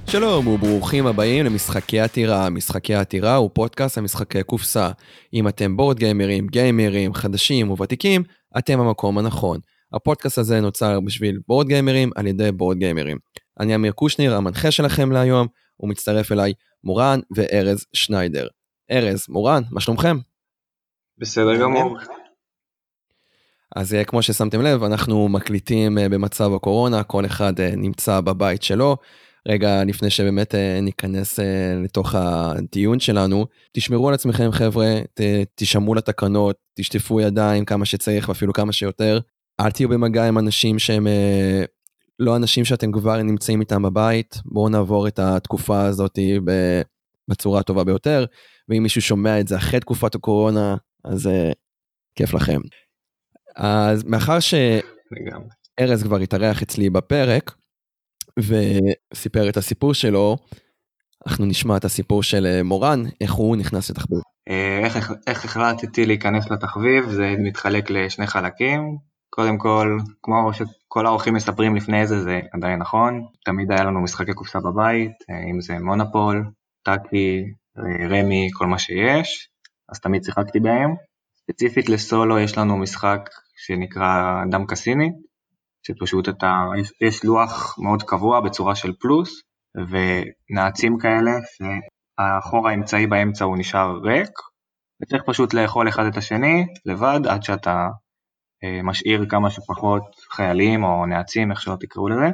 שלום וברוכים הבאים למשחקי עתירה. משחקי עתירה הוא פודקאסט המשחקי קופסה. אם אתם בורד גיימרים, חדשים וותיקים, אתם המקום הנכון. הפודקאסט הזה נוצר בשביל בורד גיימרים על ידי בורד גיימרים. אני אמיר קושניר, המנחה שלכם להיום, ומצטרף אליי מורן וארז שניידר. ארז, מורן, מה שלומכם? בסדר גמור. אז כמו ששמתם לב, אנחנו מקליטים במצב הקורונה, כל אחד נמצא בבית שלו. רגע, לפני שבאמת ניכנס לתוך הדיון שלנו, תשמרו על עצמכם חבר'ה, תשמעו לתקנות, תשטפו ידיים כמה שצריך ואפילו כמה שיותר, אל תהיו במגע עם אנשים שהם לא אנשים שאתם כבר נמצאים איתם בבית, בואו נעבור את התקופה הזאת בצורה הטובה ביותר, ואם מישהו שומע את זה אחרי תקופת הקורונה, אז כיף לכם. אז מאחר שארז כבר התארח אצלי בפרק, וסיפר את הסיפור שלו, אנחנו נשמע את הסיפור של מורן, איך הוא נכנס לתחביב. איך החלטתי להיכנס לתחביב, זה מתחלק לשני חלקים. קודם כל, כמו שכל האורחים מספרים לפני זה עדיין נכון, תמיד היה לנו משחקי קופסה בבית, אם זה מונופול, טאקי, רמי, כל מה שיש, אז תמיד שיחקתי בהם. ספציפית לסולו יש לנו משחק שנקרא דם קסיני, שפשוט יש לוח מאוד קבוע בצורה של פלוס, ונעצים כאלה שהחור האמצעי באמצע הוא נשאר ריק, וצריך פשוט לאכול אחד את השני לבד, עד שאתה משאיר כמה שפחות חיילים או נעצים, איך שלא תקראו לזה.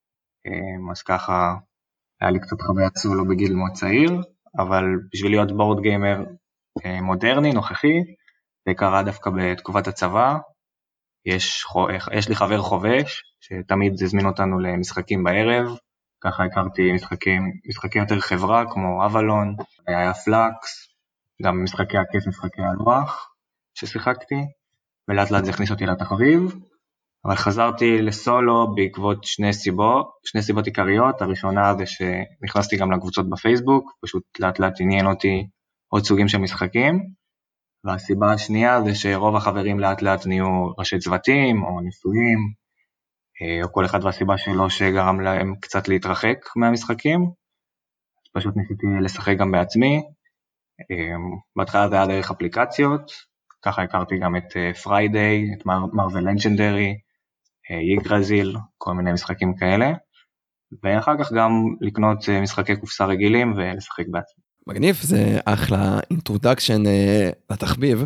אז ככה היה לי קצת חוויית סולו בגיל מאוד צעיר, אבל בשביל להיות בורד גיימר מודרני, נוכחי, זה קרה דווקא בתקופת הצבא. יש לי חבר חובש, שתמיד הזמין אותנו למשחקים בערב, ככה הכרתי משחקי יותר חברה, כמו אבלון, היה פלאקס, גם משחקי הכיף, משחקי הלוח, ששיחקתי, ולאט לאט זה הכניס אותי לתחביב, אבל חזרתי לסולו בעקבות שני סיבות עיקריות. הראשונה זה שנכנסתי גם לקבוצות בפייסבוק, פשוט לאט לאט עניין אותי עוד סוגים של משחקים, והסיבה השנייה זה שרוב החברים לאט לאט נהיו ראשי צוותים או ניסויים, או כל אחד והסיבה שלו שגרם להם קצת להתרחק מהמשחקים. פשוט ניסיתי לשחק גם בעצמי, בהתחלה זה היה דרך אפליקציות, ככה הכרתי גם את פריידיי, את מרוול לג'נדרי, יגרזיל, כל מיני משחקים כאלה, ואחר כך גם לקנות משחקי קופסה רגילים ולשחק בעצמי. מגניב, זה אחלה אינטרודקשן לתחביב.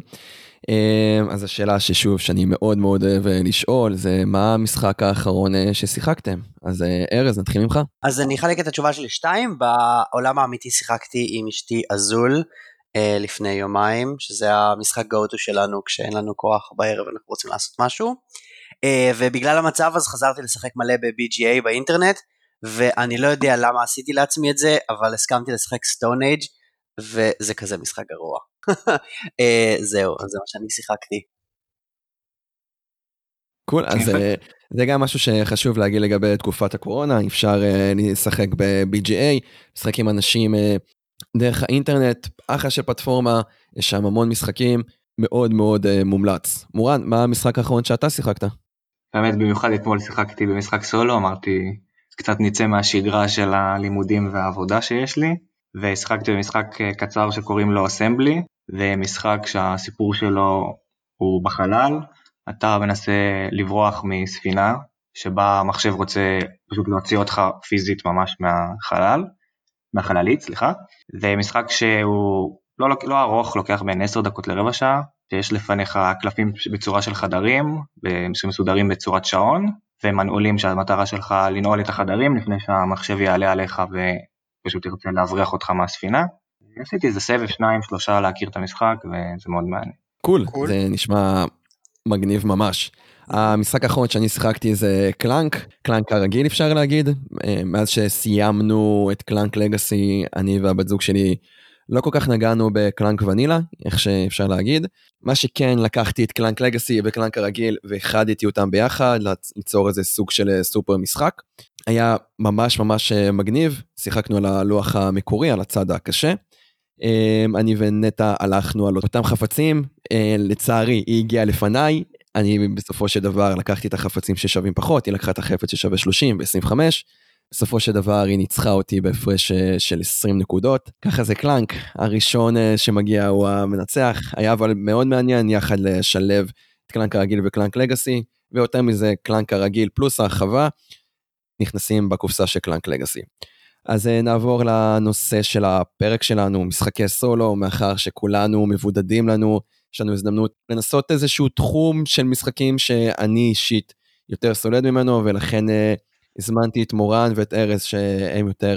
אז השאלה ששוב שאני מאוד מאוד אוהב לשאול, זה מה המשחק האחרון ששיחקתם? אז ארז, נתחיל ממך. אז אני אחלק את התשובה שלי 2, בעולם האמיתי שיחקתי עם אשתי אזול, לפני יומיים, שזה המשחק גאוטו שלנו, כשאין לנו כוח בערב ואנחנו רוצים לעשות משהו, ובגלל המצב אז חזרתי לשחק מלא ב-BGA באינטרנט, ואני לא יודע למה עשיתי לעצמי את זה, אבל הסכמתי לשחק סטון אייג' וזה כזה משחק גרוע. זהו, זה מה שאני שיחקתי. קול, אז זה גם משהו שחשוב להגיד לגבי תקופת הקורונה, אפשר לשחק ב-BGA, לשחק עם אנשים דרך האינטרנט, אחלה של פלטפורמה, יש שם המון משחקים, מאוד מאוד מומלץ. מורן, מה המשחק האחרון שאתה שיחקת? באמת, במיוחד אתמול שיחקתי במשחק סולו, אמרתי, קצת נצא מהשגרה של הלימודים והעבודה שיש לי, ושיחקתי במשחק קצר שקוראים לו אסמבלי, ומשחק שהסיפור שלו הוא בחלל, אתה מנסה לברוח מספינה, שבה המחשב רוצה פשוט להוציא אותך פיזית ממש מהחללית, זה משחק שהוא לא ארוך, לוקח בין 10 דקות לרבע שעה, שיש לפניך קלפים בצורה של חדרים, שמסודרים בצורת שעון, ומנעולים שהמטרה שלך לנעול את החדרים, לפני שהמחשב יעלה עליך ופשוט ירצה להבריח אותך מהספינה. עשיתי איזה סבב 2-3 להכיר את המשחק, וזה מאוד מעניין. קול, זה נשמע מגניב ממש. המשחק האחרון שאני שיחקתי זה קלנק הרגיל אפשר להגיד, מאז שסיימנו את קלנק לגאסי, אני והבת זוג שלי לא כל כך נגענו בקלנק ונילה, איך שאפשר להגיד. מה שכן, לקחתי את קלנק לגאסי וקלנק הרגיל, והחדתי אותם ביחד, ליצור איזה סוג של סופר משחק. היה ממש ממש מגניב, שיחקנו על הלוח המקורי, על הצד הקשה. אני ונטה הלכנו על אותם חפצים, לצערי היא הגיעה לפניי, אני בסופו של דבר לקחתי את החפצים ששווים פחות, היא לקחה את החפץ ששווה 30 ו-25, בסופו של דבר היא ניצחה אותי בהפרש של 20 נקודות. ככה זה קלנק, הראשון שמגיע הוא המנצח, היה אבל מאוד מעניין יחד לשלב את קלנק הרגיל וקלנק לגאסי, ויותר מזה קלנק הרגיל פלוס הרחבה, נכנסים בקופסה של קלנק לגאסי. אז נעבור לנושא של הפרק שלנו, משחקי סולו, מאחר שכולנו מבודדים לנו, יש לנו הזדמנות לנסות איזשהו תחום של משחקים שאני אישית יותר סולד ממנו, ולכן הזמנתי את מורן ואת ארז שהם יותר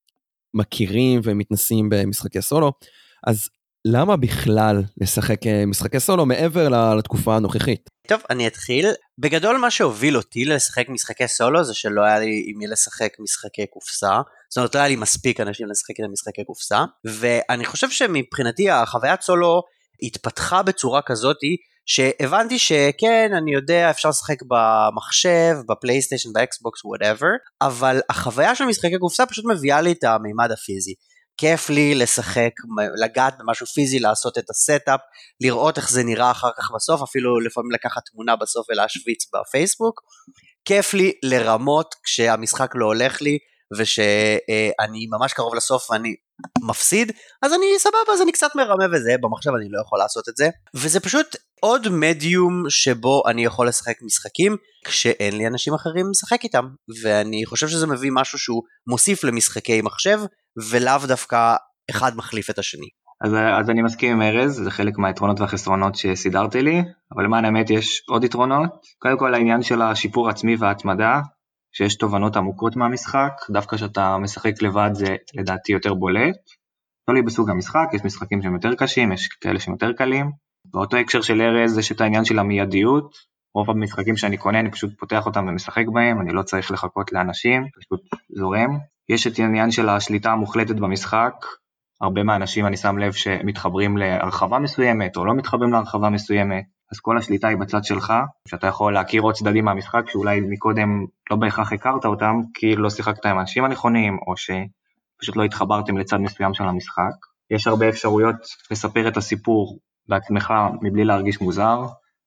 מכירים ומתנסים במשחקי סולו. אז למה בכלל לשחק משחקי סולו מעבר לתקופה הנוכחית? טוב, אני אתחיל. בגדול מה שהוביל אותי לשחק משחקי סולו זה שלא היה לי עם מי לשחק משחקי קופסה, זאת אומרת לא היה לי מספיק אנשים לשחק את משחקי קופסה, ואני חושב שמבחינתי החוויית סולו התפתחה בצורה כזאת שהבנתי שכן, אני יודע, אפשר לשחק במחשב, בפלייסטיישן, באקסבוקס, whatever, אבל החוויה של משחקי קופסה פשוט מביאה לי את המימד הפיזי. כיף לי לשחק, לגעת במשהו פיזי, לעשות את הסטאפ, לראות איך זה נראה אחר כך בסוף, אפילו לפעמים לקחת תמונה בסוף ולהשוויץ בפייסבוק. כיף לי לרמות כשהמשחק לא הולך לי, ושאני ממש קרוב לסוף ואני מפסיד, אז אני סבבה, אז אני קצת מרמה וזה, במחשב אני לא יכול לעשות את זה, וזה פשוט עוד מדיום שבו אני יכול לשחק משחקים, כשאין לי אנשים אחרים לשחק איתם, ואני חושב שזה מביא משהו שהוא מוסיף למשחקי מחשב, ולאו דווקא אחד מחליף את השני. אז אני מסכים עם ארז, זה חלק מהיתרונות והחסרונות שסידרתי לי, אבל למען האמת יש עוד יתרונות, קודם כל העניין של השיפור עצמי וההתמדה, שיש תובנות עמוקות מהמשחק, דווקא שאתה משחק לבד זה לדעתי יותר בולט, תלוי בסוג המשחק, יש משחקים שהם יותר קשים, יש כאלה שהם יותר קלים, באותו הקשר של ארז יש את העניין של המיידיות, רוב המשחקים שאני קונה אני פשוט פותח אותם ומשחק בהם, אני לא צריך לחכות לאנשים, פשוט זורם, יש את העניין של השליטה המוחלטת במשחק, הרבה מהאנשים אני שם לב שמתחברים להרחבה מסוימת או לא מתחברים להרחבה מסוימת, אז כל השליטה היא בצד שלך, שאתה יכול להכיר עוד צדדים מהמשחק, שאולי מקודם לא בהכרח הכרת אותם, כי לא שיחקת עם האנשים הנכונים, או שפשוט לא התחברתם לצד מסוים של המשחק. יש הרבה אפשרויות לספר את הסיפור בעצמך, מבלי להרגיש מוזר.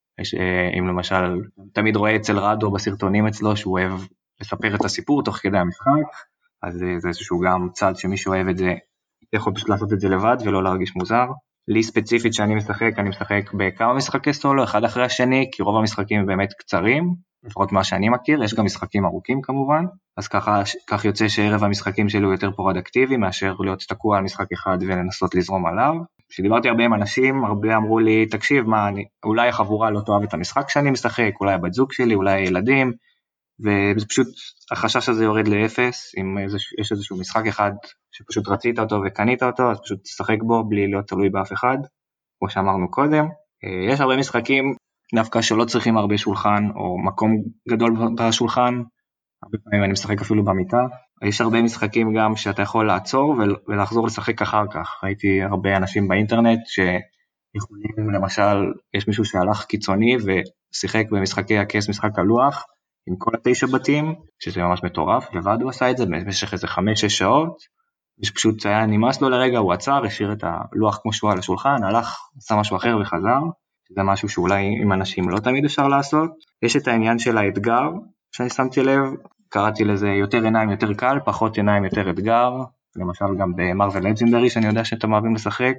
אם למשל, תמיד רואה אצל רדו בסרטונים אצלו, שהוא אוהב לספר את הסיפור תוך כדי המשחק, אז זה איזשהו גם צד שמישהו אוהב את זה, יכול פשוט לעשות את זה לבד ולא להרגיש מוזר. לי ספציפית שאני משחק, אני משחק בכמה משחקי סולו, אחד אחרי השני, כי רוב המשחקים הם באמת קצרים, לפחות מה שאני מכיר, יש גם משחקים ארוכים כמובן, אז כך יוצא שערב המשחקים שלי הוא יותר פרודקטיבי, מאשר להיות תקוע על משחק אחד ולנסות לזרום עליו. כשדיברתי הרבה עם אנשים, הרבה אמרו לי, תקשיב, אולי החבורה לא תאהב את המשחק שאני משחק, אולי הבת זוג שלי, אולי הילדים, ופשוט החשש הזה יורד לאפס, אם יש איזשהו משחק אחד שפשוט רצית אותו וקנית אותו, אז פשוט תשחק בו בלי להיות תלוי באף אחד, כמו שאמרנו קודם. יש הרבה משחקים דווקא שלא צריכים הרבה שולחן, או מקום גדול בשולחן, הרבה פעמים אני משחק אפילו במיטה. יש הרבה משחקים גם שאתה יכול לעצור ולחזור לשחק אחר כך. ראיתי הרבה אנשים באינטרנט שיכולים, למשל, יש מישהו שהלך קיצוני ושיחק במשחקי הכס, משחק הלוח, עם כל 9 בתים, שזה ממש מטורף, לבד הוא עשה את זה במשך איזה 5-6 שעות, ושפשוט היה נמאס לו לרגע, הוא עצר, השאיר את הלוח כמו שהוא על השולחן, הלך, עשה משהו אחר וחזר, שזה משהו שאולי עם אנשים לא תמיד אפשר לעשות. יש את העניין של האתגר, שאני שמתי לב, קראתי לזה יותר עיניים יותר קל, פחות עיניים יותר אתגר, למשל גם במרוול לג'נדרי, שאני יודע שאתם אוהבים לשחק,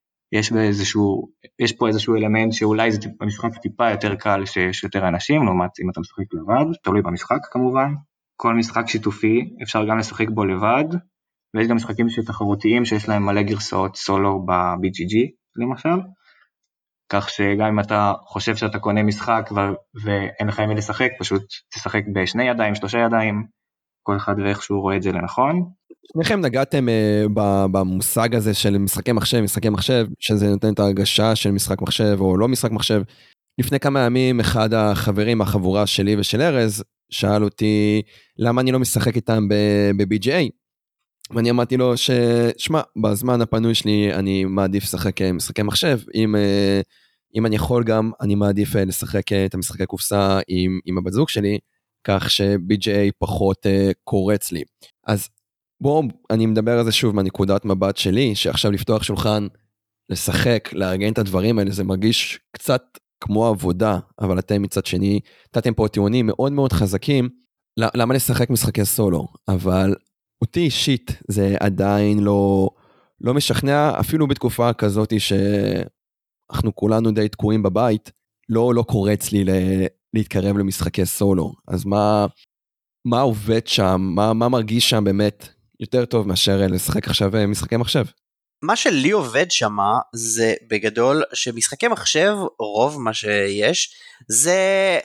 יש פה איזשהו אלמנט שאולי זה במשחק טיפה יותר קל שיש יותר אנשים, לעומת אם אתה משחק לבד, תלוי במשחק כמובן. כל משחק שיתופי אפשר גם לשחק בו לבד, ויש גם משחקים שתחרותיים שיש להם מלא גרסאות סולו ב-BGG למשל, כך שגם אם אתה חושב שאתה קונה משחק ואין לך מי לשחק, פשוט תשחק בשני ידיים, 3 ידיים, כל אחד ואיך שהוא רואה את זה לנכון. שניכם נגעתם במושג הזה של משחקי מחשב, שזה נותן את ההרגשה של משחק מחשב או לא משחק מחשב. לפני כמה ימים אחד החברים מהחבורה שלי ושל ארז שאל אותי למה אני לא משחק איתם ב-BGA, ואני אמרתי לו ששמע, בזמן הפנוי שלי אני מעדיף לשחק משחקי מחשב, אם אני יכול גם אני מעדיף לשחק את המשחקי קופסה עם הבת זוג שלי, כך ש-BGA פחות קורץ לי. אז בואו, אני מדבר על זה שוב מהנקודת מבט שלי, שעכשיו לפתוח שולחן, לשחק, לארגן את הדברים האלה, זה מרגיש קצת כמו עבודה, אבל אתם מצד שני, נתתם פה טיעונים מאוד מאוד חזקים, למה לשחק משחקי סולו? אבל אותי אישית זה עדיין לא משכנע, אפילו בתקופה כזאת שאנחנו כולנו די תקועים בבית, לא קורץ לי להתקרב למשחקי סולו. אז מה עובד שם? מה מרגיש שם באמת יותר טוב מאשר לשחק עכשיו משחקי מחשב? מה שלי עובד שמה זה בגדול שמשחקי מחשב, רוב מה שיש, זה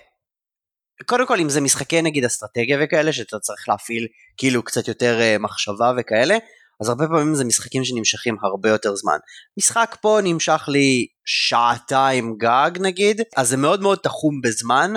קודם כל אם זה משחקי נגיד אסטרטגיה וכאלה, שאתה צריך להפעיל כאילו קצת יותר מחשבה וכאלה, אז הרבה פעמים זה משחקים שנמשכים הרבה יותר זמן. משחק פה נמשך לי שעתיים גג נגיד, אז זה מאוד מאוד תחום בזמן,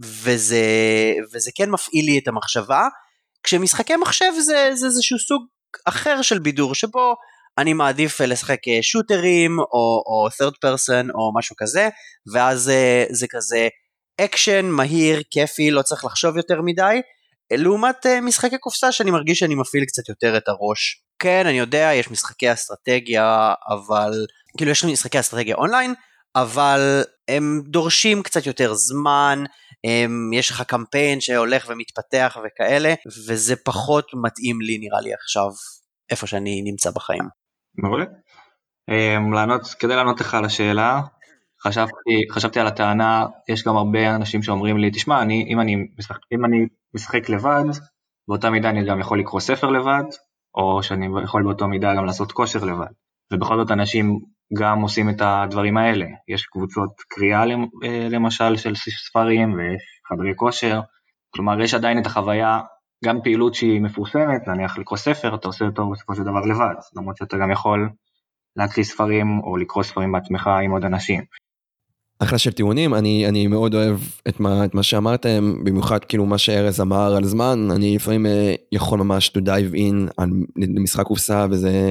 וזה כן מפעיל לי את המחשבה, כשמשחקי מחשב זה איזשהו סוג אחר של בידור, שבו אני מעדיף לשחק שוטרים, או third person, או משהו כזה, ואז זה כזה אקשן, מהיר, כיפי, לא צריך לחשוב יותר מדי, לעומת משחקי קופסה שאני מרגיש שאני מפעיל קצת יותר את הראש. כן, אני יודע, יש משחקי אסטרטגיה, אבל, כאילו יש משחקי אסטרטגיה אונליין, אבל הם דורשים קצת יותר זמן, יש לך קמפיין שהולך ומתפתח וכאלה, וזה פחות מתאים לי נראה לי עכשיו, איפה שאני נמצא בחיים. מעולה. כדי לענות לך על השאלה, חשבתי על הטענה, יש גם הרבה אנשים שאומרים לי, תשמע, אם אני משחק לבד, באותה מידה אני גם יכול לקרוא ספר לבד, או שאני יכול באותה מידה גם לעשות כושר לבד. ובכל זאת אנשים גם עושים את הדברים האלה. יש קבוצות קריאה למשל של ספרים, ויש חדרי כושר. כלומר, יש עדיין את החוויה, גם פעילות שהיא מפורסמת, נניח לקרוא ספר, אתה עושה אותו בסופו של דבר לבד. למרות שאתה גם יכול להקריא ספרים, או לקרוא ספרים בעצמך עם עוד אנשים. אחלה של טיעונים, אני מאוד אוהב את מה שאמרתם, במיוחד כאילו מה שארז אמר על זמן, אני לפעמים יכול ממש to dive in על משחק קופסה,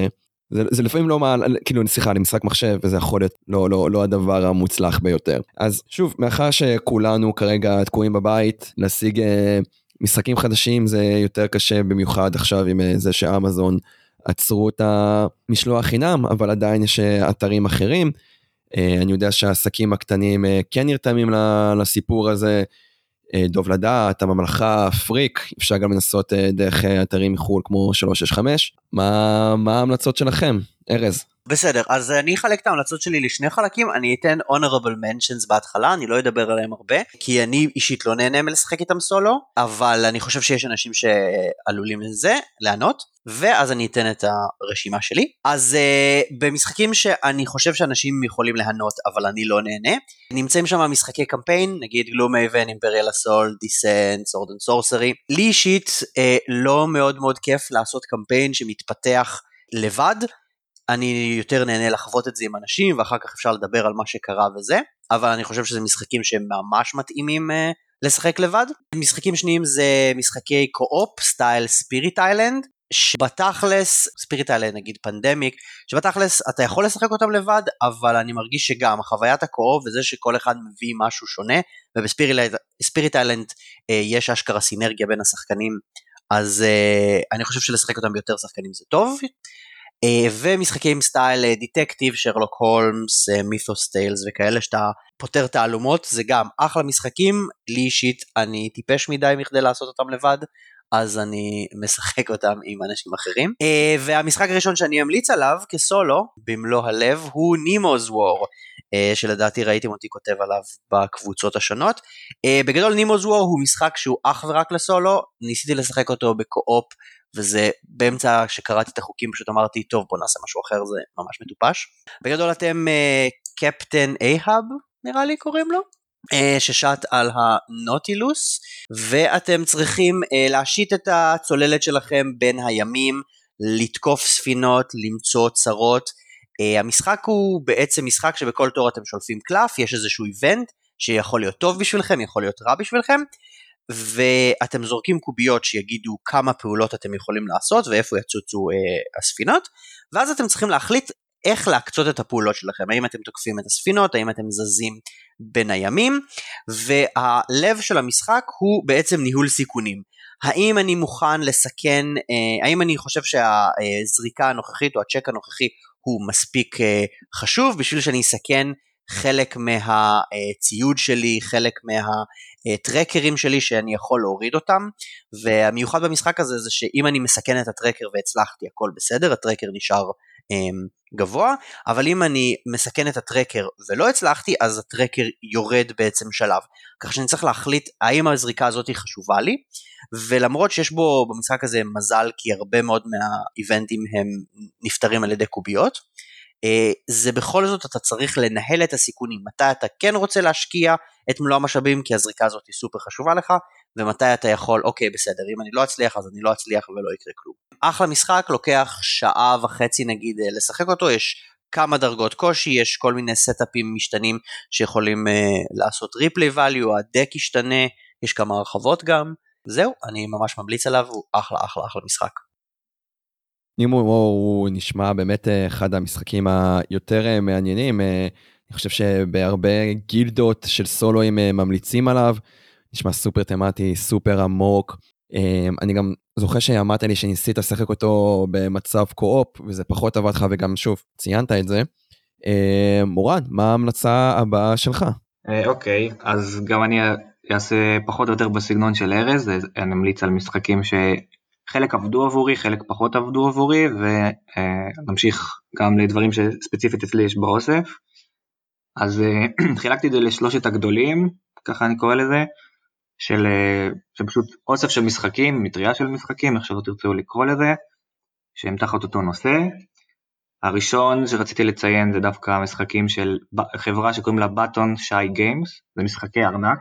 זה לפעמים לא כאילו סליחה, למשחק מחשב, וזה יכול להיות לא הדבר המוצלח ביותר. אז שוב, מאחר שכולנו כרגע תקועים בבית, להשיג משחקים חדשים זה יותר קשה, במיוחד עכשיו עם זה שאמזון עצרו את המשלוח חינם, אבל עדיין יש אתרים אחרים, אני יודע שהעסקים הקטנים כן נרתמים לסיפור הזה, דוב לדעת, הממלכה, פריק, אפשר גם לנסות דרך אתרים מחול כמו 365, מה ההמלצות שלכם, ארז? בסדר, אז אני אחלק את ההמלצות שלי לשני חלקים, אני אתן honorable mentions בהתחלה, אני לא אדבר עליהם הרבה, כי אני אישית לא נהנה מלשחק איתם סולו, אבל אני חושב שיש אנשים שעלולים לזה, לענות, ואז אני אתן את הרשימה שלי. אז במשחקים שאני חושב שאנשים יכולים להנות, אבל אני לא נהנה, נמצאים שם משחקי קמפיין, נגיד Gloomhaven, Imperial Assault, Descent, Sword and Sorcery, לי אישית לא מאוד מאוד כיף לעשות קמפיין שמתפתח לבד, אני יותר נהנה לחוות את זה עם אנשים, ואחר כך אפשר לדבר על מה שקרה וזה, אבל אני חושב שזה משחקים שהם ממש מתאימים לשחק לבד. משחקים שניים זה משחקי קו-אופ, סטייל ספיריט איילנד, שבתכלס, ספיריט איילנד נגיד פנדמיק, שבתכלס אתה יכול לשחק אותם לבד, אבל אני מרגיש שגם חוויית הקו-אופ וזה שכל אחד מביא משהו שונה, ובספיריט איילנד יש אשכרה סינרגיה בין השחקנים, אז אני חושב שלשחק אותם ביותר שחקנים זה טוב. ומשחקים סטייל דטקטיב, שרלוק הולמס, מית'וס טיילס וכאלה, שאתה פותר תעלומות, זה גם אחלה משחקים, לי אישית אני טיפש מדי מכדי לעשות אותם לבד, אז אני משחק אותם עם אנשים אחרים. והמשחק הראשון שאני אמליץ עליו כסולו, במלוא הלב, הוא נימו's וור, שלדעתי ראיתם אותי כותב עליו בקבוצות השונות. בגדול נימו's וור הוא משחק שהוא אך ורק לסולו, ניסיתי לשחק אותו בקו-אופ, וזה באמצע שקראתי את החוקים, פשוט אמרתי, טוב בוא נעשה משהו אחר, זה ממש מטופש. בגדול אתם קפטן אייהב, נראה לי קוראים לו, ששט על הנוטילוס, ואתם צריכים להשית את הצוללת שלכם בין הימים, לתקוף ספינות, למצוא צרות. המשחק הוא בעצם משחק שבכל תור אתם שולפים קלף, יש איזשהו איבנט שיכול להיות טוב בשבילכם, יכול להיות רע בשבילכם, ואתם זורקים קוביות שיגידו כמה פעולות אתם יכולים לעשות, ואיפה יצוצו הספינות, ואז אתם צריכים להחליט איך להקצות את הפעולות שלכם, האם אתם תוקפים את הספינות, האם אתם זזים בין הימים, והלב של המשחק הוא בעצם ניהול סיכונים, האם אני מוכן לסכן, האם אני חושב שהזריקה הנוכחית או הצ'ק הנוכחי הוא מספיק חשוב, בשביל שאני אסכן חלק מהציוד שלי, חלק טרקרים שלי שאני יכול להוריד אותם, והמיוחד במשחק הזה זה שאם אני מסכן את הטרקר והצלחתי, הכל בסדר, הטרקר נשאר גבוה, אבל אם אני מסכן את הטרקר ולא הצלחתי, אז הטרקר יורד בעצם שלב, כך שאני צריך להחליט האם הזריקה הזאת היא חשובה לי, ולמרות שיש בו במשחק הזה מזל, כי הרבה מאוד מהאיבנטים הם נפטרים על ידי קוביות, זה בכל זאת אתה צריך לנהל את הסיכונים, מתי אתה כן רוצה להשקיע את מלוא המשאבים, כי הזריקה הזאת היא סופר חשובה לך, ומתי אתה יכול, אוקיי בסדר, אם אני לא אצליח אז אני לא אצליח ולא יקרה כלום. אחלה משחק, לוקח 1.5 שעה נגיד לשחק אותו, יש כמה דרגות קושי, יש כל מיני סטאפים משתנים שיכולים לעשות ריפלי ואליו, הדק ישתנה, יש כמה הרחבות גם, זהו, אני ממש ממליץ עליו, הוא אחלה משחק. נימו הוא נשמע באמת אחד המשחקים היותר מעניינים, אני חושב שבהרבה גילדות של סולואים ממליצים עליו, נשמע סופר תמטי, סופר עמוק, אני גם זוכר שאמרת לי שניסית לשחק אותו במצב קו-אופ, וזה פחות עבד לך, וגם שוב, ציינת את זה. מורן, מה ההמלצה הבאה שלך? אוקיי, אז גם אני אעשה פחות או יותר בסגנון של ארז, אני ממליץ על משחקים שחלק עבדו עבורי, חלק פחות עבדו עבורי, ונמשיך גם לדברים שספציפית אצלי יש באוסף. אז חילקתי את זה לשלושת הגדולים, ככה אני קורא לזה, שפשוט אוסף של משחקים, מטריה של משחקים, איך שלא תרצו לקרוא לזה, שהם תחת אותו נושא. הראשון שרציתי לציין זה דווקא משחקים של חברה שקוראים לה בטון שי גיימס, זה משחקי ארנק,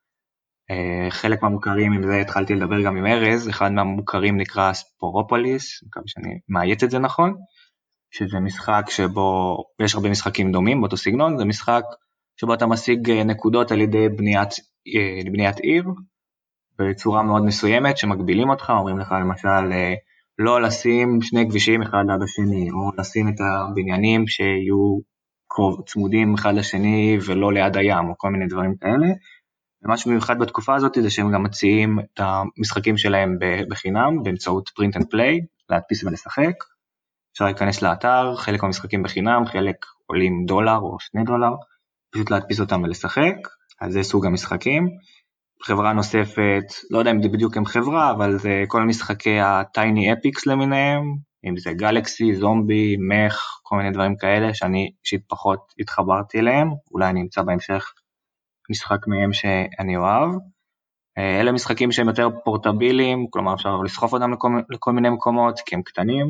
חלק מהמוכרים, עם זה התחלתי לדבר גם עם ארז, אחד מהמוכרים נקרא ספורופוליס, מקווה שאני מאיית את זה נכון, שזה משחק שבו, יש הרבה משחקים דומים באותו סגנון, זה משחק שבו אתה משיג נקודות על ידי בניית עיר, בצורה מאוד מסוימת שמגבילים אותך, אומרים לך למשל לא לשים שני כבישים אחד ליד השני, או לשים את הבניינים שיהיו צמודים אחד לשני ולא ליד הים, או כל מיני דברים כאלה. ומשהו מיוחד בתקופה הזאת זה שהם גם מציעים את המשחקים שלהם בחינם, באמצעות print and play, להדפיס ולשחק. אפשר להיכנס לאתר, חלק מהמשחקים בחינם, חלק עולים $1 או $2, פשוט להדפיס אותם ולשחק, אז זה סוג המשחקים. חברה נוספת, לא יודע אם זה בדיוק עם חברה, אבל זה כל משחקי ה-Tiny Epics למיניהם, אם זה גלקסי, זומבי, מח, כל מיני דברים כאלה, שאני אישית פחות התחברתי אליהם, אולי אני אמצא בהמשך משחק מהם שאני אוהב. אלה משחקים שהם יותר פורטביליים, כלומר אפשר לסחוף אותם לכל מיני מקומות, כי הם קטנים,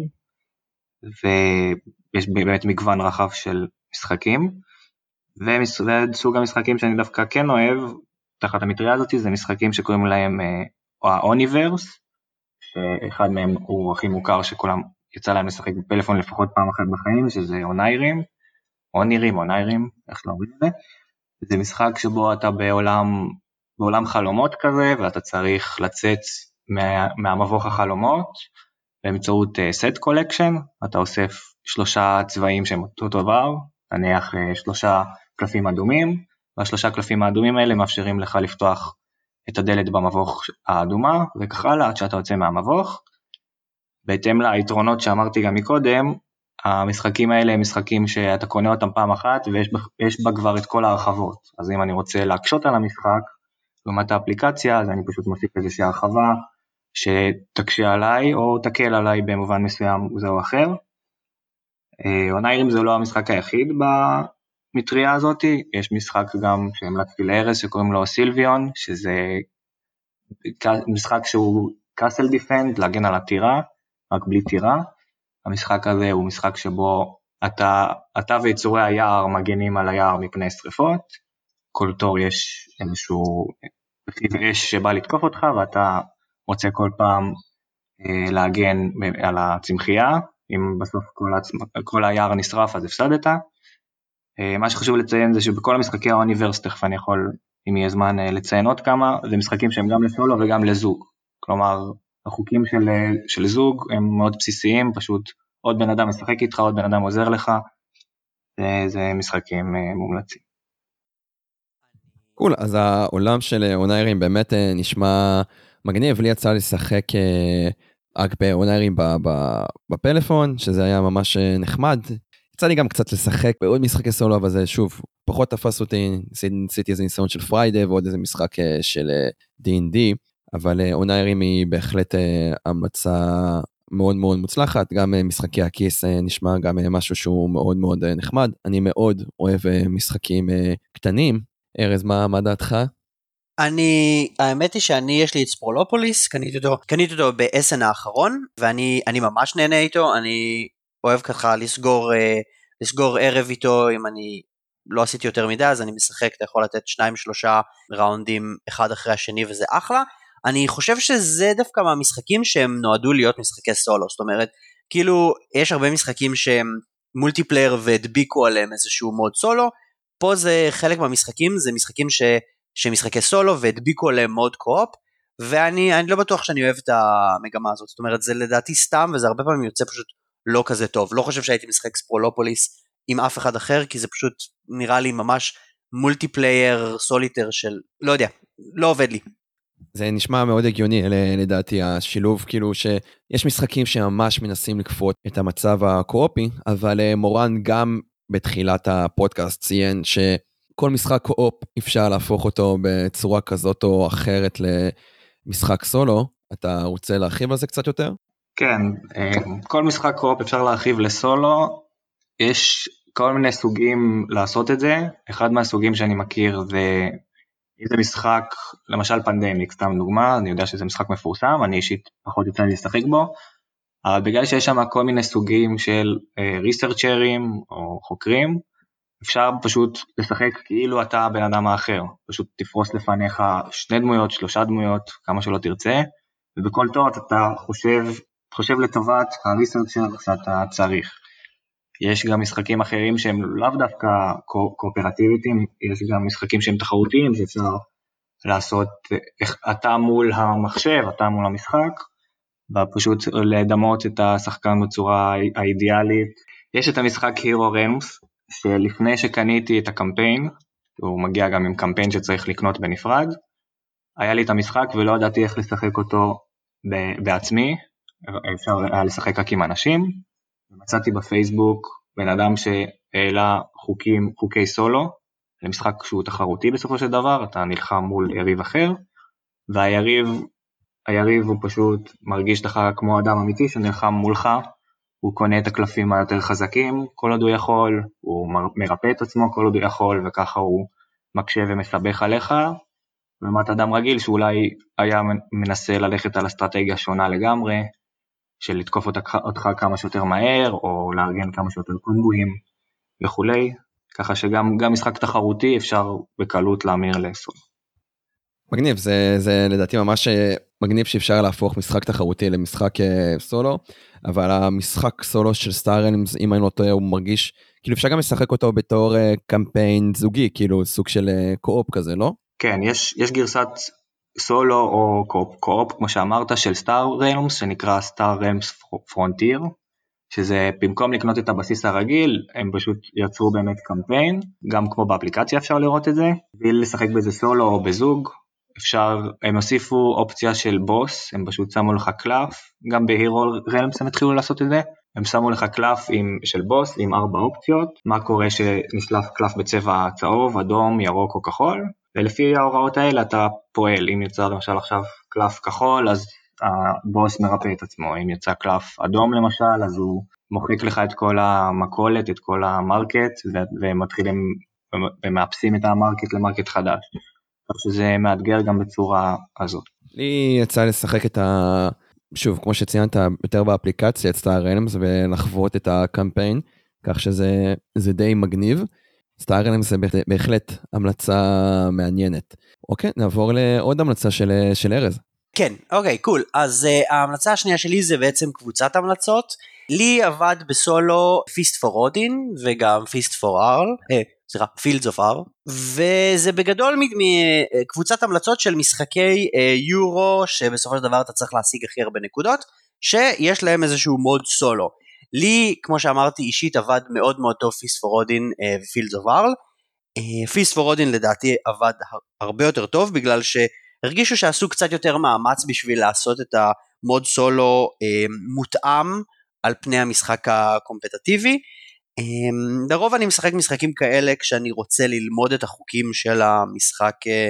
ויש באמת מגוון רחב של משחקים, וסוג המשחקים שאני דווקא כן אוהב, תחת המטריה הזאת, זה משחקים שקוראים להם האוניברס, שאחד מהם הוא הכי מוכר שכולם יצא להם לשחק בפלאפון לפחות פעם אחת בחיים, שזה אוניירים, איך לא אומרים את זה, זה משחק שבו אתה בעולם חלומות כזה, ואתה צריך לצאת מהמבוך החלומות, באמצעות סט קולקשן, אתה אוסף 3 צבעים שהם אותו דבר, נניח 3 קלפים אדומים, וה3 קלפים האדומים האלה מאפשרים לך לפתוח את הדלת במבוך האדומה, וכך הלאה עד שאתה יוצא מהמבוך. בהתאם ליתרונות שאמרתי גם מקודם, המשחקים האלה הם משחקים שאתה קונה אותם פעם אחת, ויש בה כבר את כל ההרחבות. אז אם אני רוצה להקשות על המשחק, לעומת האפליקציה, אז אני פשוט מוסיף איזושהי הרחבה, שתקשה עליי או תקל עליי במובן מסוים זה או אחר. אוניירים זה לא המשחק היחיד במטריה הזאת, יש משחק גם שהמלצתי לארז שקוראים לו סילביון, שזה משחק שהוא קאסל דיפנד, להגן על הטירה, רק בלי טירה. המשחק הזה הוא משחק שבו אתה ויצורי היער מגנים על היער מפני שריפות, כל תור יש איזשהו רכיב אש שבא לתקוף אותך, ואתה רוצה כל פעם להגן על הצמחייה, אם בסוף כל היער נשרף אז הפסדת. מה שחשוב לציין זה שבכל המשחקי האוניברס, תכף אני יכול, אם יהיה זמן לציין עוד כמה, זה משחקים שהם גם לסולו וגם לזוג. כלומר, החוקים של זוג הם מאוד בסיסיים, פשוט עוד בן אדם משחק איתך, עוד בן אדם עוזר לך, זה משחקים מומלצים. קול, אז העולם של אוניירים באמת נשמע מגניב, לי יצא לשחק רק באוניירים בפלאפון, שזה היה ממש נחמד, יצא לי גם קצת לשחק בעוד משחקי סולו, אבל זה שוב, פחות תפס אותי, ניסיתי איזה ניסיון של פריידי, ועוד איזה משחק של D&D, אבל אוניירים היא בהחלט המלצה מאוד מאוד מוצלחת, גם משחקי הכיס נשמע גם משהו שהוא מאוד מאוד נחמד, אני מאוד אוהב משחקים קטנים. ארז, מה דעתך? האמת היא יש לי את ספרולופוליס, קניתי אותו ב-SN האחרון, ואני ממש נהנה איתו, אני אוהב ככה לסגור ערב איתו, אם אני לא עשיתי יותר מדי, אז אני משחק, אתה יכול לתת 2-3 ראונדים אחד אחרי השני, וזה אחלה. אני חושב שזה דווקא מהמשחקים שהם נועדו להיות משחקי סולו, זאת אומרת, כאילו, יש הרבה משחקים שהם מולטיפלייר והדביקו עליהם איזשהו מוד סולו, פה זה חלק מהמשחקים, זה משחקים שמשחקי סולו והדביקו עליהם מוד קו-אופ, ואני לא בטוח שאני אוהב את המגמה הזאת, זאת אומרת, זה לדעתי סתם, וזה הרבה פעמים יוצא פשוט לא כזה טוב, לא חושב שהייתי משחק ספרולופוליס עם אף אחד אחר, כי זה פשוט נראה לי ממש מולטיפלייר סוליטר של, לא יודע, לא עובד לי. זה נשמע מאוד הגיוני, לדעתי, השילוב, כאילו שיש משחקים שממש מנסים לכפות את המצב הקו-אופי, אבל מורן גם בתחילת הפודקאסט ציין שכל משחק קו-אופ אפשר להפוך אותו בצורה כזאת או אחרת למשחק סולו. אתה רוצה להרחיב על זה קצת יותר? כן, כל משחק קו-אופ אפשר להרחיב לסולו, יש כל מיני סוגים לעשות את זה, אחד מהסוגים שאני מכיר זה איזה משחק, למשל פנדמיק, סתם דוגמה, אני יודע שזה משחק מפורסם, אני אישית פחות יוצא לי לשחק בו, אבל בגלל שיש שם כל מיני סוגים של ריסרצ'רים או חוקרים, אפשר פשוט לשחק כאילו אתה בן אדם האחר, פשוט תפרוס לפניך 2 דמויות, 3 דמויות, כמה שלא תרצה, ובכל תור אתה חושב לטובת הריסרצ'ר שאתה צריך. יש גם משחקים אחרים שהם לאו דווקא קואופרטיביים, יש גם משחקים שהם תחרותיים, שאפשר לעשות אתה מול המחשב, אתה מול המשחק, ופשוט לדמות את השחקן בצורה האידיאלית. יש את המשחק Hero Realms, שלפני שקניתי את הקמפיין, הוא מגיע גם עם קמפיין שצריך לקנות בנפרד, היה לי את המשחק ולא ידעתי איך לשחק אותו בעצמי, אפשר היה לשחק רק עם אנשים, ומצאתי בפייסבוק בן אדם שהעלה חוקי סולו, למשחק שהוא תחרותי בסופו של דבר, אתה נלחם מול יריב אחר, והיריב הוא פשוט מרגיש לך כמו אדם אמיתי שנלחם מולך, הוא קונה את הקלפים היותר חזקים, כל עוד הוא יכול, הוא מרפא את עצמו כל עוד הוא יכול, וככה הוא מקשה ומסבך עליך, לעומת אדם רגיל שאולי היה מנסה ללכת על אסטרטגיה שונה לגמרי, של לתקוף אותך כמה שיותר מהר, או לארגן כמה שיותר קומבויים וכולי, ככה שגם משחק תחרותי אפשר בקלות להמיר לסולו. מגניב, זה לדעתי ממש מגניב שאפשר להפוך משחק תחרותי למשחק סולו, אבל המשחק סולו של סטאר רלמס, אם אני לא טועה, הוא מרגיש, כאילו אפשר גם לשחק אותו בתור קמפיין זוגי, כאילו סוג של קו-אופ כזה, לא? כן, יש גרסת סולו או קו-אופ, כמו שאמרת, של סטאר רלמס, שנקרא סטאר רלמס פרונטיר, שזה במקום לקנות את הבסיס הרגיל, הם פשוט יצרו באמת קמפיין, גם כמו באפליקציה אפשר לראות את זה, ולשחק בזה סולו או בזוג, הם הוסיפו אופציה של בוס, הם פשוט שמו לך קלף, גם בהירו רלמס הם התחילו לעשות את זה, הם שמו לך קלף של בוס עם 4 אופציות, מה קורה שנשלף קלף בצבע צהוב, אדום, ירוק או כחול, ולפי ההוראות האלה אתה פועל, אם יצא למשל עכשיו קלף כחול, אז הבוס מרפא את עצמו, אם יצא קלף אדום למשל, אז הוא מוחק לך את כל המקולת, את כל המרקט, ומתחילים, ומאפסים את המרקט למרקט חדש. שזה מאתגר גם בצורה הזאת. לי יצא לשחק שוב, כמו שציינת, יותר באפליקציה, את סטאר רלמס, ולחוות את הקמפיין, כך שזה די מגניב. סטאר רלמס זה בהחלט המלצה מעניינת. אוקיי, נעבור לעוד המלצה של ארז. כן, אוקיי, קול. אז ההמלצה השנייה שלי זה בעצם קבוצת המלצות. לי עבד בסולו Feast for Odin וגם Feast for Fields of R, וזה בגדול מקבוצת המלצות של משחקי יורו, שבסופו של דבר אתה צריך להשיג הכי הרבה נקודות, שיש להם איזשהו מוד סולו. לי, כמו שאמרתי, אישית עבד מאוד מאוד טוב Feast for Odin ו-Fields of R. Feast for Odin לדעתי עבד הרבה יותר טוב, בגלל שהרגישו שעשו קצת יותר מאמץ בשביל לעשות את המוד סולו מותאם על פני המשחק הקומפטטיבי. לרוב אני משחק משחקים כאלה כשאני רוצה ללמוד את החוקים של המשחק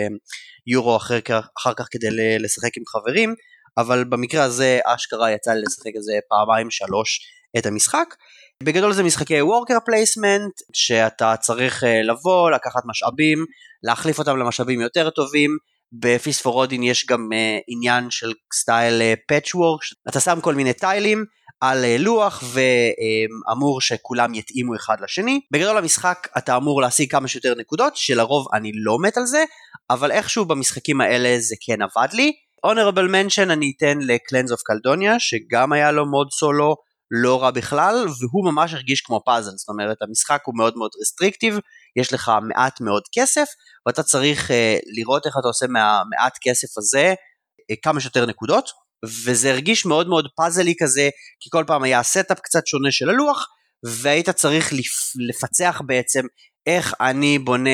יורו אחר כך כדי לשחק עם חברים, אבל במקרה הזה אשכרה יצא לי לשחק איזה פעמיים 3 את המשחק. בגדול זה משחקי worker placement, שאתה צריך לבוא, לקחת משאבים, להחליף אותם למשאבים יותר טובים. בפיסט פור אודין יש גם עניין של סטייל patchwork, אתה שם כל מיני טיילים על לוח ואמור שכולם יתאימו אחד לשני. בגדול המשחק אתה אמור להשיג כמה שיותר נקודות, שלרוב אני לא מת על זה, אבל איכשהו במשחקים האלה זה כן עבד לי. honorable mention אני אתן ל-Clans of Caldonia, שגם היה לו מוד סולו לא רע בכלל, והוא ממש הרגיש כמו פאזל, זאת אומרת המשחק הוא מאוד מאוד רסטריקטיב, יש לך מעט מאוד כסף, ואתה צריך לראות איך אתה עושה מהמעט כסף הזה כמה שיותר נקודות, וזה הרגיש מאוד מאוד פאזלי כזה, כי כל פעם היה סטאפ קצת שונה של הלוח, והיית צריך לפצח בעצם איך אני בונה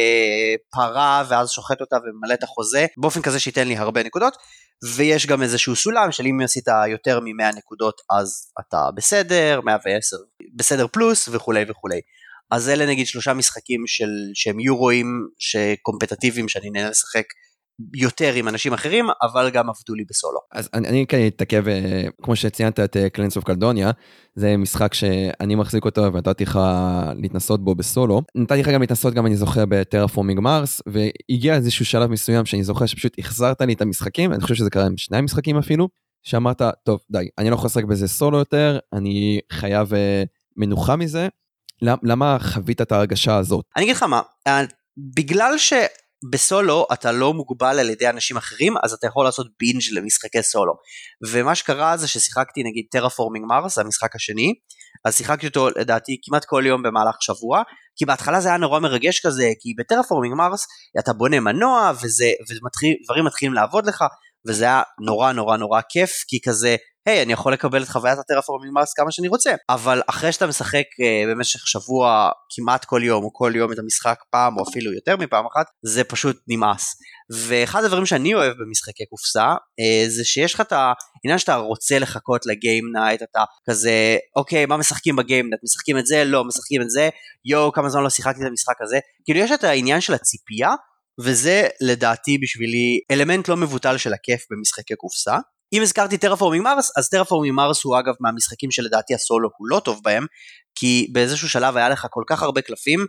פרה, ואז שוחט אותה וממלא את החוזה, באופן כזה שייתן לי הרבה נקודות, ויש גם איזשהו סולם, של אם עשית יותר מ100 נקודות, אז אתה בסדר, 110, בסדר פלוס, וכו' וכו'. אז אלה נגיד 3 משחקים שהם יורואים, שקומפטטיביים, שאני נהנה לשחק יותר עם אנשים אחרים, אבל גם עבדו לי בסולו. אז אני כאן אתעכב, כמו שציינת את Clans of Caldonia, זה משחק שאני מחזיק אותו, ונתתי לך להתנסות בו בסולו. נתתי לך גם להתנסות, גם אני זוכר בטרפורמינג מרס, והגיע איזשהו שלב מסוים שאני זוכר שפשוט החזרת לי את המשחקים, אני חושב שזה קרה עם 2 משחקים אפילו, שאמרת, טוב, די, אני לא יכול לשחק בזה סולו יותר, אני חייב מנוחה מזה. למה חווית את ההרגשה הזאת? אני אגיד לך מה, בגלל בסולו אתה לא מוגבל על ידי אנשים אחרים, אז אתה יכול לעשות בינג' למשחקי סולו, ומה שקרה זה ששיחקתי נגיד טרפורמינג מרס, המשחק השני, אז שיחקתי אותו לדעתי כמעט כל יום במהלך שבוע, כי בהתחלה זה היה נורא מרגש כזה, כי בטרפורמינג מרס אתה בונה מנוע, ודברים מתחילים לעבוד לך, וזה היה נורא נורא נורא כיף, כי כזה, היי, אני יכול לקבל את חוויית הטרפורמינג מרס כמה שאני רוצה, אבל אחרי שאתה משחק במשך שבוע כמעט כל יום, או כל יום את המשחק פעם, או אפילו יותר מפעם אחת, זה פשוט נמאס. ואחד הדברים שאני אוהב במשחקי קופסה, זה שיש לך את העניין שאתה רוצה לחכות לגיים נייט, אתה כזה, אוקיי, מה משחקים בגיים נייט? משחקים את זה? לא, משחקים את זה? יו, כמה זמן לא שיחקתי את המשחק הזה? כאילו יש את העניין של הציפייה, וזה לדעתי בשבילי אלמנט לא מבוטל של הכיף במשחקי קופסה. אם הזכרתי טרפורמינג מרס, אז טרפורמינג מרס הוא אגב מהמשחקים שלדעתי הסולו הוא לא טוב בהם, כי באיזשהו שלב היה לך כל כך הרבה קלפים,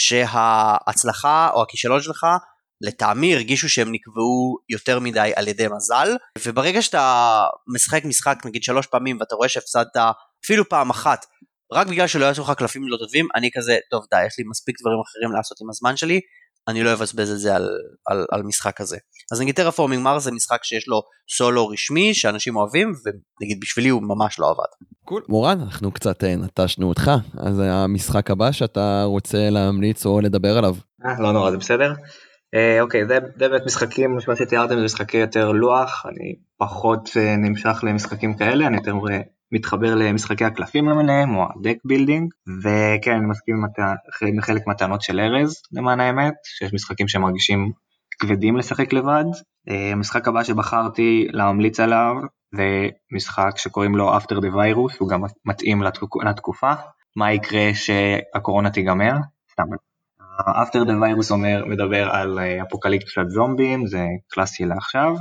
שההצלחה או הכישלון שלך, לטעמי הרגישו שהם נקבעו יותר מדי על ידי מזל, וברגע שאתה משחק נגיד 3 פעמים, ואתה רואה שהפסדת אפילו פעם אחת, רק בגלל שלא יעשו לך קלפים לא טובים, אני כזה, טוב די, יש לי מספיק דברים אחרים לעשות עם הזמן שלי, אני לא אבזבז את זה על משחק הזה. אז נגיד טרפורמינג מרס זה משחק שיש לו סולו רשמי שאנשים אוהבים, ונגיד בשבילי הוא ממש לא עבד. קול. מורן, אנחנו קצת נטשנו אותך, אז המשחק הבא שאתה רוצה להמליץ או לדבר עליו. לא נורא, זה בסדר. אוקיי, זה באמת משחקים, מה שתיארתם זה משחקי יותר לוח, אני פחות נמשך למשחקים כאלה, אני יותר מתחבר למשחקי הקלפים למיניהם, או הדק בילדינג, וכן, אני מסכים עם חלק מהטענות של ארז, למען האמת, שיש משחקים שמרגישים כבדים לשחק לבד. המשחק הבא שבחרתי להמליץ עליו, זה משחק שקוראים לו After the Virus, הוא גם מתאים לתקופה, מה יקרה שהקורונה תיגמר, סתם. After the Virus מדבר על אפוקליפסת זומבים, זה קלאסי לעכשיו,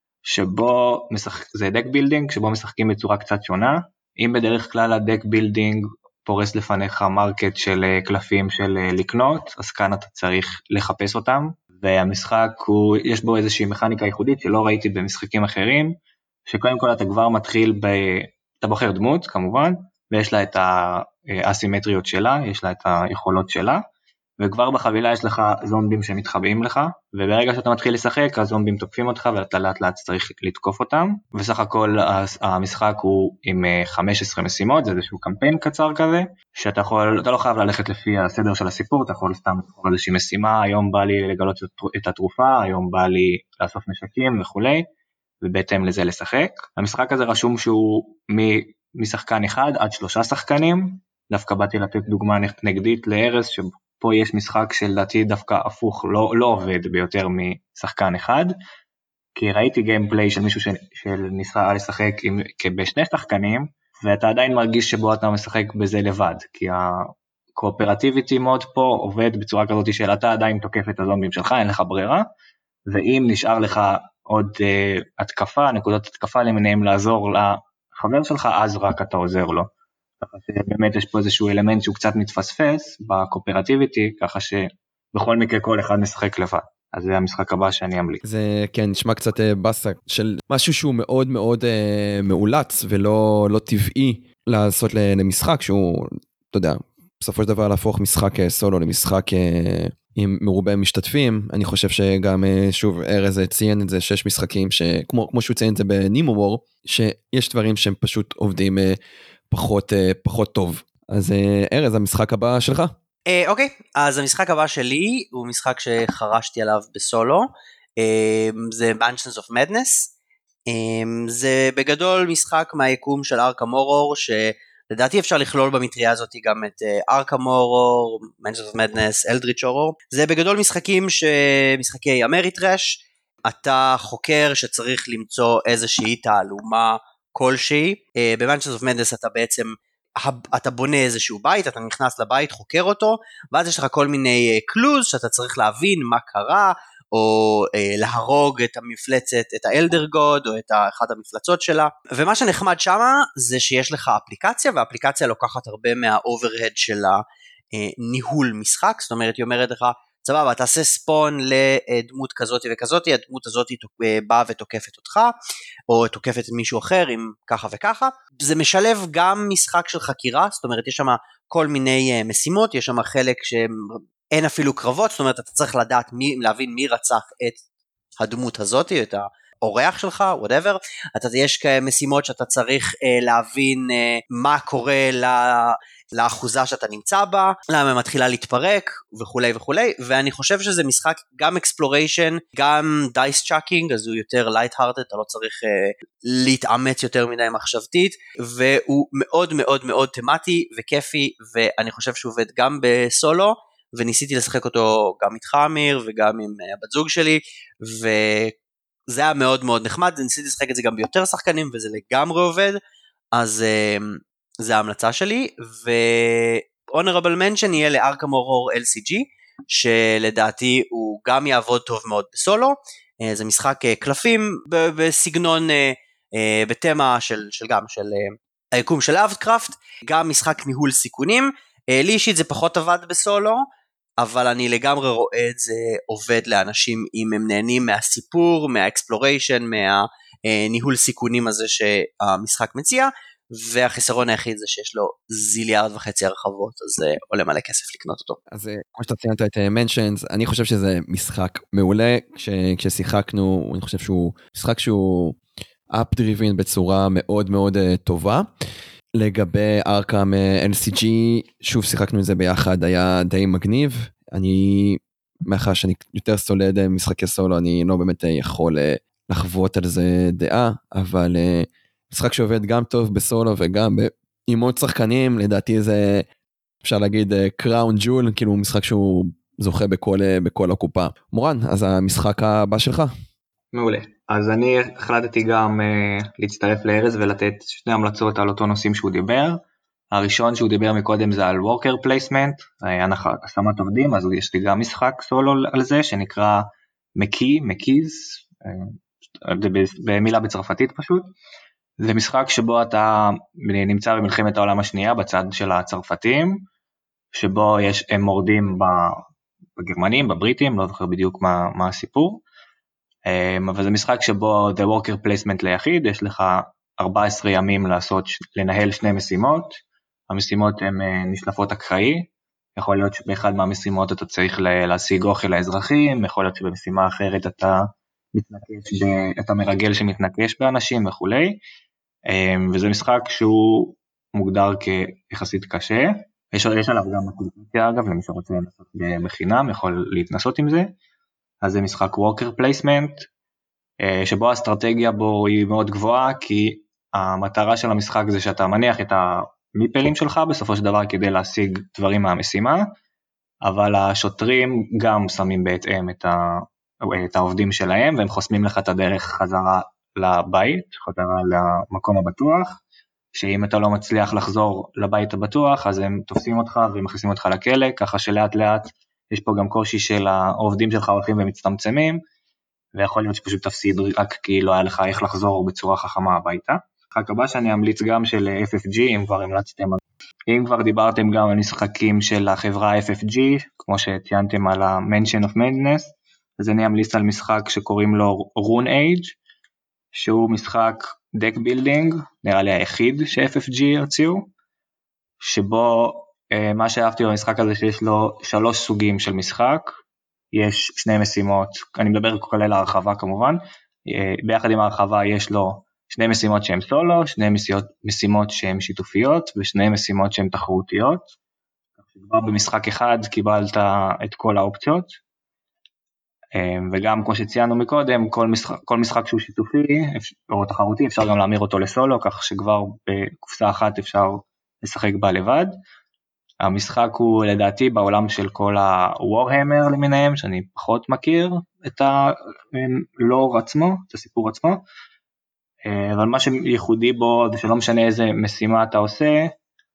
שבו זה דק בילדינג, שבו משחקים בצורה קצת שונה. אם בדרך כלל הדק בילדינג פורס לפניך מרקט של קלפים של לקנות, אז כאן אתה צריך לחפש אותם, והמשחק יש בו איזושהי מכניקה ייחודית שלא ראיתי במשחקים אחרים, שקודם כל אתה כבר מתחיל אתה בוחר דמות כמובן, ויש לה את האסימטריות שלה, יש לה את היכולות שלה, וכבר בחבילה יש לך זומבים שמתחבאים לך, וברגע שאתה מתחיל לשחק, הזומבים תוקפים אותך, ואתה לאט לאט צריך לתקוף אותם, וסך הכל המשחק הוא עם 15 משימות, זה איזשהו קמפיין קצר כזה, שאתה לא חייב ללכת לפי הסדר של הסיפור, אתה יכול סתם לבחור איזושהי משימה, היום בא לי לגלות את התרופה, היום בא לי לאסוף נשקים וכו', ובהתאם לזה לשחק. המשחק הזה רשום שהוא משחקן אחד עד 3 שחקנים, דווקא באתי לתת דוגמה נגדית לארז, פה יש משחק שלדעתי דווקא הפוך, לא עובד ביותר משחקן אחד, כי ראיתי גיימפליי של מישהו שניסה לשחק בשני שחקנים, ואתה עדיין מרגיש שבו אתה משחק בזה לבד, כי הקואפרטיביטי מוד פה עובד בצורה כזאת של אתה עדיין תוקף את הזומבים שלך, אין לך ברירה, ואם נשאר לך עוד התקפה, נקודות התקפה למיניהם לעזור לחבר שלך, אז רק אתה עוזר לו. ככה שבאמת יש פה איזשהו אלמנט שהוא קצת מתפספס בקואפרטיביטי, ככה שבכל מקרה כל אחד משחק לבד. אז זה המשחק הבא שאני אמליץ. זה כן, נשמע קצת בסה של משהו שהוא מאוד מאוד מאולץ ולא טבעי לעשות למשחק שהוא, אתה יודע, בסופו של דבר להפוך משחק סולו למשחק עם מרובה משתתפים. אני חושב שגם שוב ארז ציין את זה 6 משחקים שכמו שהוא ציין את זה בנימו וור, שיש דברים שהם פשוט עובדים פחות טוב. אז ארז, המשחק הבא שלך? אוקיי, אז המשחק הבא שלי הוא משחק שחרשתי עליו בסולו, זה Mansions of Madness, זה בגדול משחק מהיקום של ארכם הורור, שלדעתי אפשר לכלול במטריה הזאת גם את ארכם הורור, Mansions of Madness, Eldritch Horror, זה בגדול משחקי אמריטרש, אתה חוקר שצריך למצוא איזושהי תעלומה כלשהי, ב-Mansions of Madness אתה בעצם אתה בונה איזשהו בית, אתה נכנס לבית, חוקר אותו, ואז יש לך כל מיני קלוז שאתה צריך להבין מה קרה, או להרוג את המפלצת, את האלדר גוד, או את אחת המפלצות שלה, ומה שנחמד שמה, זה שיש לך אפליקציה, והאפליקציה לוקחת הרבה מהאוברהד של הניהול משחק, זאת אומרת, היא אומרת לך, סבבה, תעשה ספון לדמות כזאת וכזאת, הדמות הזאת באה ותוקפת אותך, או תוקפת את מישהו אחר עם ככה וככה. זה משלב גם משחק של חקירה, זאת אומרת, יש שם כל מיני משימות, יש שם חלק שאין אפילו קרבות, זאת אומרת, אתה צריך לדעת להבין מי רצח את הדמות הזאת, את האורח שלך, whatever. יש משימות שאתה צריך להבין מה קורה לאחוזה שאתה נמצא בה, למה היא מתחילה להתפרק וכולי וכולי, ואני חושב שזה משחק גם exploration, גם dice checking, אז הוא יותר light-hearted, אתה לא צריך להתאמץ יותר מדי מחשבתית, והוא מאוד מאוד מאוד תמטי וכיפי, ואני חושב שהוא עובד גם בסולו, וניסיתי לשחק אותו גם איתך אמיר, וגם עם הבת זוג שלי, וזה היה מאוד מאוד נחמד, ניסיתי לשחק את זה גם ביותר שחקנים, וזה לגמרי עובד, אז זה ההמלצה שלי, ו-Honorable Mention יהיה לארכם הורור LCG, שלדעתי הוא גם יעבוד טוב מאוד בסולו, זה משחק קלפים בסגנון, בתמה של היקום של לאבקראפט, גם משחק ניהול סיכונים, לי אישית זה פחות עבד בסולו, אבל אני לגמרי רואה את זה עובד לאנשים אם הם נהנים מהסיפור, מהאקספלוריישן, מהניהול סיכונים הזה שהמשחק מציע, והחיסרון היחיד זה שיש לו 1.5 מיליארד הרחבות, אז עולה מלא כסף לקנות אותו. אז כמו שאתה ציינת את Mansions, אני חושב שזה משחק מעולה, כששיחקנו, אני חושב שהוא משחק שהוא up-driven בצורה מאוד מאוד טובה, לגבי ארכם LCG, שוב שיחקנו את זה ביחד, היה די מגניב, אני, מאחר שאני יותר סולד משחקי סולו, אני לא באמת יכול לחוות על זה דעה, אבל משחק שעובד גם טוב בסולו וגם עם עוד שחקנים, לדעתי זה אפשר להגיד קראון ג'ול, כאילו משחק שהוא זוכה בכל הקופה. מורן, אז המשחק הבא שלך? מעולה. אז אני החלטתי גם להצטרף לארז ולתת 2 המלצות על אותו נושאים שהוא דיבר. הראשון שהוא דיבר מקודם זה על worker placement, השמת עובדים, אז יש לי גם משחק סולו על זה שנקרא מקיז, במילה בצרפתית פשוט. זה משחק שבו אתה נמצא במלחמת העולם השנייה בצד של הצרפתים, שבו הם מורדים בגרמנים, בבריטים, לא זוכר בדיוק מה הסיפור, אבל זה משחק שבו the worker placement ליחיד, יש לך 14 ימים לנהל 2 משימות, המשימות הן נשלפות אקראי, יכול להיות שבאחד מהמשימות אתה צריך להשיג אוכל לאזרחים, יכול להיות שבמשימה אחרת אתה מרגל שמתנקש באנשים וכולי, וזה משחק שהוא מוגדר כיחסית קשה, יש עליו גם אפליקציה אגב, למי שרוצה לנסות בחינם, יכול להתנסות עם זה, אז זה משחק worker placement, שבו האסטרטגיה בו היא מאוד גבוהה, כי המטרה של המשחק זה שאתה מניח את המיפלים שלך, בסופו של דבר כדי להשיג דברים מהמשימה, אבל השוטרים גם שמים בהתאם את העובדים שלהם, והם חוסמים לך את הדרך חזרה לבית, חזרה למקום הבטוח, שאם אתה לא מצליח לחזור לבית הבטוח, אז הם תופסים אותך ומכניסים אותך לכלא, ככה שלאט לאט יש פה גם קושי של העובדים שלך הולכים ומצטמצמים, ויכול להיות שפשוט תפסיד רק כי לא היה לך איך לחזור בצורה חכמה הביתה. המשחק הבא שאני אמליץ גם של FFG, אם כבר המלצתם, אם כבר דיברתם גם על משחקים של החברה FFG, כמו שציינתם על ה-Mansion of Madness, אז אני אמליץ על משחק שקוראים לו Rune Age, שהוא משחק deck building, נראה לי היחיד ש-FFG הוציאו, שבו מה שאהבתי במשחק הזה שיש לו 3 סוגים של משחק, יש 2 משימות, אני מדבר כולל ההרחבה כמובן, ביחד עם ההרחבה יש לו 2 משימות שהן סולו, 2 משימות שהן שיתופיות, ו2 משימות שהן תחרותיות, כבר במשחק אחד קיבלת את כל האופציות, וגם כמו שציינו מקודם, כל משחק שהוא שיתופי או תחרותי אפשר גם להמיר אותו לסולו, כך שכבר בקופסה אחת אפשר לשחק בה לבד. המשחק הוא לדעתי בעולם של כל ה-Warhammer למיניהם, שאני פחות מכיר את הלור עצמו, את הסיפור עצמו, אבל מה שייחודי בו זה שלא משנה איזה משימה אתה עושה,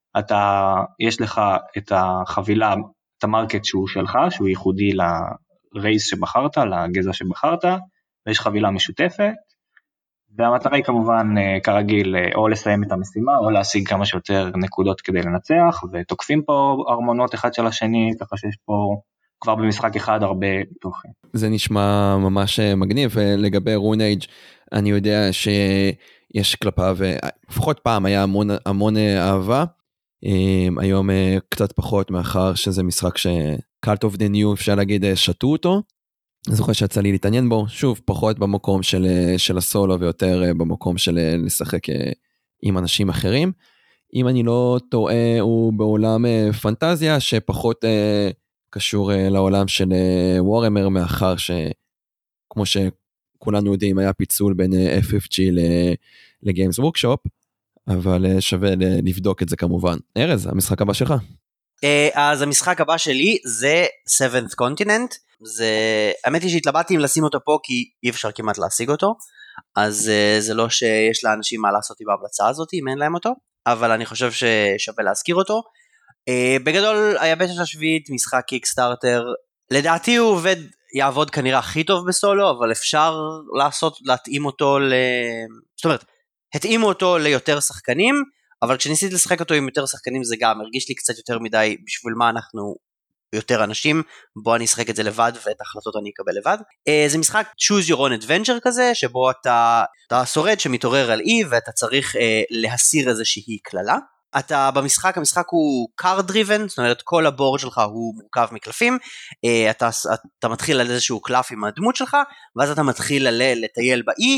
יש לך את החבילה, את המרקט שהוא שלך, שהוא ייחודי רייס שבחרת, לגזע שבחרת, ויש חבילה משותפת, והמטרה היא כמובן כרגיל או לסיים את המשימה, או להשיג כמה שיותר נקודות כדי לנצח, ותוקפים פה ארמונות אחד של השני, ככה שיש פה כבר במשחק אחד הרבה תוכן. זה נשמע ממש מגניב, ולגבי רון אייג' אני יודע שיש כלפיו, לפחות פעם היה המון אהבה, היום קצת פחות מאחר שזה משחק Cult of the New, אפשר להגיד, שתו אותו. אני זוכר שיצא לי להתעניין בו, שוב, פחות במקום של הסולו, ויותר במקום של לשחק עם אנשים אחרים. אם אני לא טועה, הוא בעולם פנטזיה, שפחות קשור לעולם של וורהמר, מאחר שכמו שכולנו יודעים, היה פיצול בין FFG לגיימס וורקשופ, אבל שווה לבדוק את זה כמובן. ארז, המשחק הבא שלך. אז המשחק הבא שלי זה Seventh Continent, האמת היא שהתלבטתי אם לשים אותו פה כי אי אפשר כמעט להשיג אותו, אז זה לא שיש לאנשים מה לעשות עם ההמלצה הזאת אם אין להם אותו, אבל אני חושב ששווה להזכיר אותו. בגדול היבשת השביעית, משחק קיקסטארטר, לדעתי הוא יעבוד כנראה הכי טוב בסולו, אבל אפשר להתאים אותו זאת אומרת, התאימו אותו ליותר שחקנים, אבל כשניסיתי לשחק אותו עם יותר שחקנים זה גם הרגיש לי קצת יותר מדי בשביל מה אנחנו יותר אנשים, בוא אני אשחק את זה לבד ואת ההחלטות אני אקבל לבד. זה משחק choose your own adventure כזה, שבו אתה שורד שמתעורר על אי ואתה צריך להסיר איזושהי כללה. אתה במשחק, המשחק הוא card driven, זאת אומרת כל הבורד שלך הוא מורכב מקלפים, אתה מתחיל על איזשהו קלף עם הדמות שלך, ואז אתה מתחיל לטייל באי,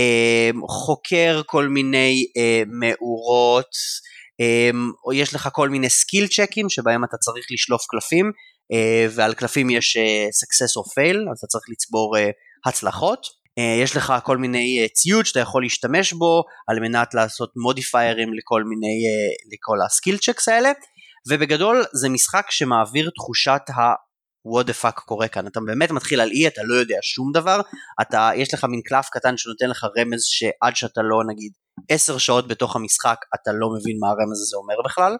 חוקר כל מיני מאורות, או יש לך כל מיני סקיל צ'קים שבהם אתה צריך לשלוף קלפים, ועל קלפים יש success or fail, אז אתה צריך לצבור הצלחות. יש לך כל מיני ציוד שאתה יכול להשתמש בו על מנת לעשות מודיפיירים לכל הסקיל צ'קס האלה, ובגדול זה משחק שמעביר תחושת what the fuck קורה כאן, אתה באמת מתחיל על אי, אתה לא יודע שום דבר, יש לך מין קלף קטן שנותן לך רמז שעד שאתה לא נגיד 10 שעות בתוך המשחק, אתה לא מבין מה הרמז הזה אומר בכלל,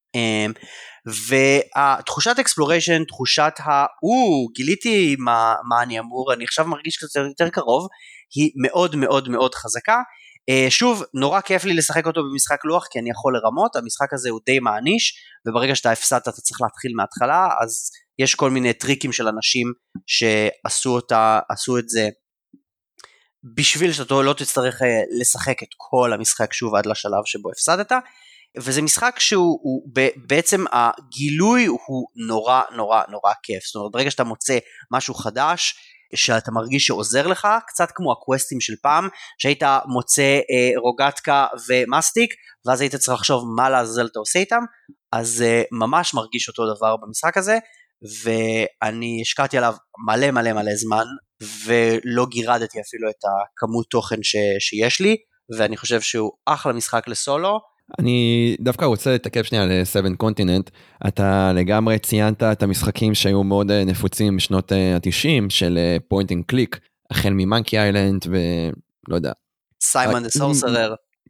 ותחושת אקספלוריישן, תחושת גיליתי מה אני אמור, אני עכשיו מרגיש קצת יותר קרוב, היא מאוד מאוד מאוד חזקה, שוב, נורא כיף לי לשחק אותו במשחק לוח, כי אני יכול לרמות, המשחק הזה הוא די מעניש, וברגע שאתה הפסדת אתה צריך להתחיל מההתחלה, אז יש כל מיני טריקים של אנשים שעשו את זה, בשביל שאתה לא תצטרך לשחק את כל המשחק שוב עד לשלב שבו הפסדת, וזה משחק שהוא בעצם הגילוי הוא נורא נורא נורא כיף, זאת אומרת ברגע שאתה מוצא משהו חדש, שאתה מרגיש שעוזר לך, קצת כמו הקווסטים של פעם, שהיית מוצא רוגטקה ומסטיק, ואז היית צריך לחשוב מה לעזל אתה עושה איתם, אז ממש מרגיש אותו דבר במשחק הזה, ואני השקעתי עליו מלא מלא מלא זמן, ולא גירדתי אפילו את הכמות תוכן שיש לי, ואני חושב שהוא אחלה משחק לסולו. אני דווקא רוצה לתקף שנייה ל-Seven Continent, אתה לגמרי ציינת את המשחקים שהיו מאוד נפוצים בשנות ה-90 של Point and Click, החל ממאנקי איילנד ולא יודע. סיימון דה סורסרר.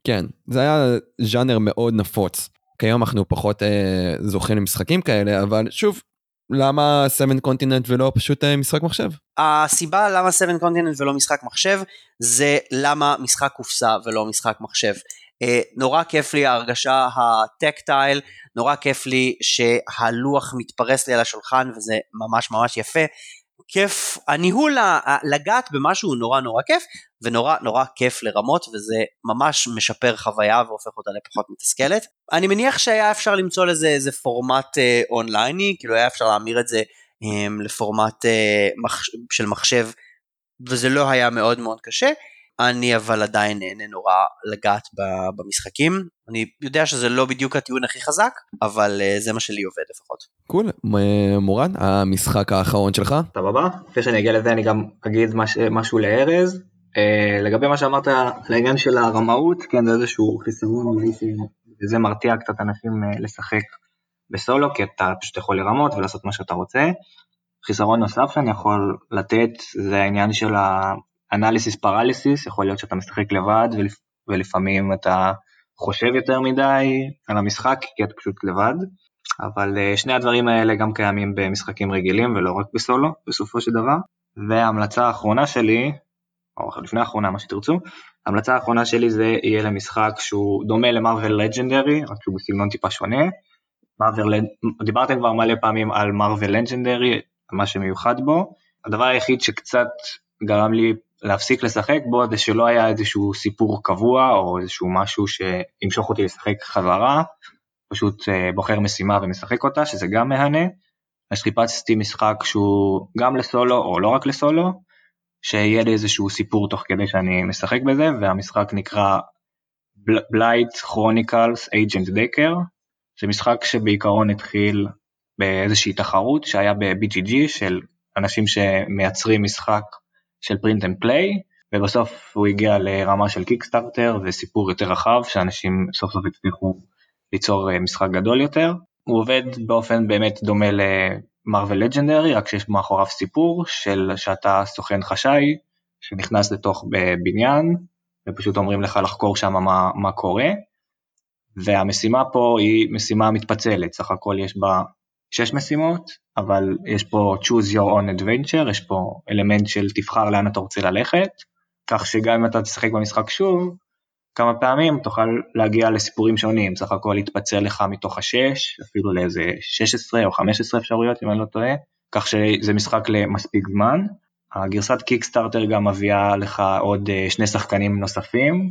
כן, זה היה ז'אנר מאוד נפוץ. כיום אנחנו פחות זוכים למשחקים כאלה, אבל שוב, למה 7 Continent ולא פשוט משחק מחשב? הסיבה למה 7 Continent ולא משחק מחשב, זה למה משחק קופסה ולא משחק מחשב. נורא כיף לי ההרגשה הטקטייל, נורא כיף לי שהלוח מתפרס לי על השולחן, וזה ממש ממש יפה. כיף, הניהול לגעת במשהו נורא נורא כיף, ונורא נורא כיף לרמות, וזה ממש משפר חוויה והופך אותה לפחות מתסכלת. אני מניח שהיה אפשר למצוא לזה איזה פורמט אונלייני, כאילו היה אפשר להמיר את זה לפורמט של מחשב, וזה לא היה מאוד מאוד קשה. אני אבל עדיין נהנה נורא לגעת במשחקים. אני יודע שזה לא בדיוק הטיעון הכי חזק, אבל זה מה שלי עובד לפחות. קול. מורן, המשחק האחרון שלך? סבבה. לפני שאני אגיע לזה אני גם אגיד משהו לארז. לגבי מה שאמרת לעניין של הרמאות, כן, זה איזשהו חיסרון, וזה מרתיע קצת אנשים לשחק בסולו, כי אתה פשוט יכול לרמות ולעשות מה שאתה רוצה. חיסרון נוסף שאני יכול לתת, זה העניין של האנליסיס פרליסיס, יכול להיות שאתה משחק לבד, ולפעמים אתה חושב יותר מדי על המשחק, כי אתה פשוט לבד, אבל שני הדברים האלה גם קיימים במשחקים רגילים, ולא רק בסולו, בסופו של דבר. וההמלצה האחרונה שלי, או לפני האחרונה, מה שתרצו, ההמלצה האחרונה שלי זה יהיה למשחק שהוא דומה למרוול לג'נדרי, רק שהוא בסגנון טיפה שונה. דיברתם כבר מלא פעמים על מרוול לג'נדרי, מה שמיוחד בו. הדבר היחיד שקצת גרם לי להפסיק לשחק בו, זה שלא היה איזשהו סיפור קבוע, או איזשהו משהו שימשוך אותי לשחק חזרה, פשוט בוחר משימה ומשחק אותה, שזה גם מהנה. אז חיפשתי משחק שהוא גם לסולו, או לא רק לסולו, שיהיה לי איזשהו סיפור תוך כדי שאני משחק בזה, והמשחק נקרא Blight Chronicles Agent Decker, זה משחק שבעיקרון התחיל באיזושהי תחרות, שהיה ב-BGG של אנשים שמייצרים משחק של print and play, ובסוף הוא הגיע לרמה של קיקסטארטר, וסיפור יותר רחב, שאנשים סוף סוף הצליחו ליצור משחק גדול יותר. הוא עובד באופן באמת דומה למרוול לג'נדרי, רק שיש מאחוריו סיפור של שאתה סוכן חשאי, שנכנס לתוך בניין, ופשוט אומרים לך לחקור שם מה קורה, והמשימה פה היא משימה מתפצלת, סך הכל יש בה 6 משימות, אבל יש פה choose your own adventure, יש פה אלמנט של תבחר לאן אתה רוצה ללכת, כך שגם אם אתה תשחק במשחק שוב, כמה פעמים תוכל להגיע לסיפורים שונים, סך הכל להתפצל לך מתוך 6, אפילו לאיזה 16 או 15 אפשרויות אם אני לא טועה, כך שזה משחק למספיק זמן. הגרסת קיקסטארטר גם מביאה לך עוד 2 שחקנים נוספים,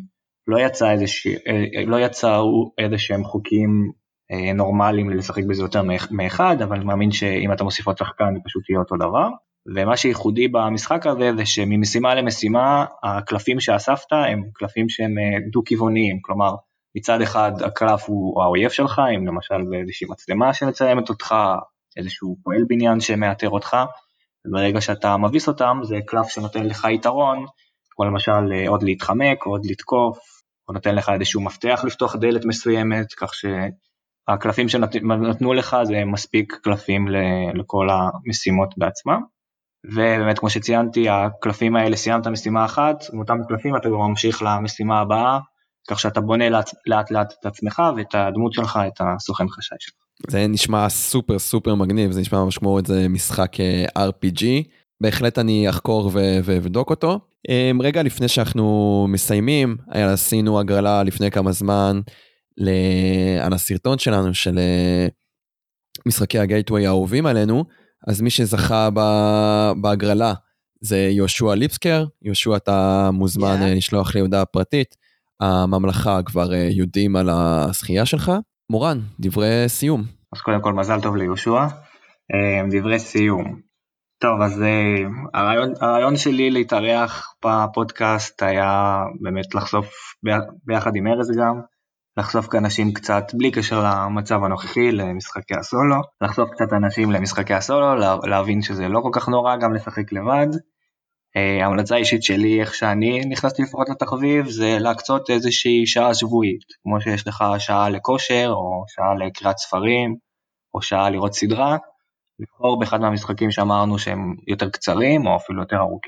לא יצאו איזשהם חוקים נורמליים לשחק בזה יותר מאחד, אבל אני מאמין שאם אתה מוסיף עוד שחקן זה פשוט יהיה אותו דבר. ומה שייחודי במשחק הזה זה שממשימה למשימה הקלפים שאספת הם קלפים שהם דו-כיווניים, כלומר מצד אחד הקלף הוא האויב שלך, אם למשל באיזושהי מצלמה שמצלמת אותך, איזשהו פועל בניין שמאתר אותך, וברגע שאתה מביס אותם זה קלף שנותן לך יתרון, כמו למשל עוד להתחמק, עוד לתקוף, או נותן לך איזשהו מפתח לפתוח דלת מסוימת, כך שהקלפים שנתנו לך זה מספיק קלפים לכל המשימות בעצמם. ובאמת כמו שציינתי, הקלפים האלה סיימת משימה אחת, עם אותם קלפים אתה גם ממשיך למשימה הבאה, כך שאתה בונה לאט לאט את עצמך ואת הדמות שלך, את הסוכן חשאי שלך. זה נשמע סופר סופר מגניב, זה נשמע ממש כמו איזה משחק RPG, בהחלט אני אחקור ובדוק אותו. רגע לפני שאנחנו מסיימים, עשינו הגרלה לפני כמה זמן על הסרטון שלנו של משחקי הגייטווי האהובים עלינו, אז מי שזכה בהגרלה זה יהושע ליפסקר. יהושע, אתה מוזמן לשלוח לי הודעה פרטית, הממלכה כבר יודעים על הזכייה שלך. מורן, דברי סיום. אז קודם כל מזל טוב ליהושע. דברי סיום. טוב, אז הרעיון שלי להתארח בפודקאסט היה באמת לחשוף ביחד עם ארז גם, לחשוף אנשים קצת בלי קשר למצב הנוכחי למשחקי הסולו, לחשוף קצת אנשים למשחקי הסולו, להבין שזה לא כל כך נורא גם לשחק לבד. ההמלצה האישית שלי, איך שאני נכנסתי לפחות לתחביב, זה להקצות איזושהי שעה שבועית, כמו שיש לך שעה לכושר, או שעה לקריאת ספרים, או שעה לראות סדרה, לבחור באחד מהמשחקים שאמרנו שהם יותר קצרים, או אפילו יותר ארוכים,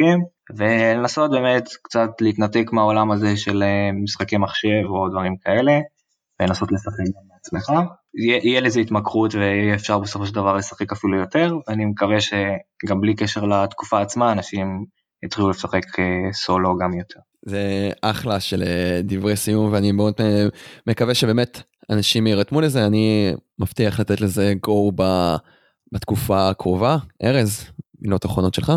ולנסות באמת קצת להתנתק מהעולם הזה של משחקי מחשב או דברים כאלה, ולנסות לשחק גם בעצמך. יהיה לזה התמכרות ויהיה אפשר בסופו של דבר לשחק אפילו יותר, ואני מקווה שגם בלי קשר לתקופה עצמה, אנשים יתחילו לשחק סולו גם יותר. זה אחלה של דברי סיום, ואני מאוד מקווה שבאמת אנשים ירתמו לזה. אני מבטיח לתת לזה גו בתקופה הקרובה. ארז, מילות אחרונות שלך?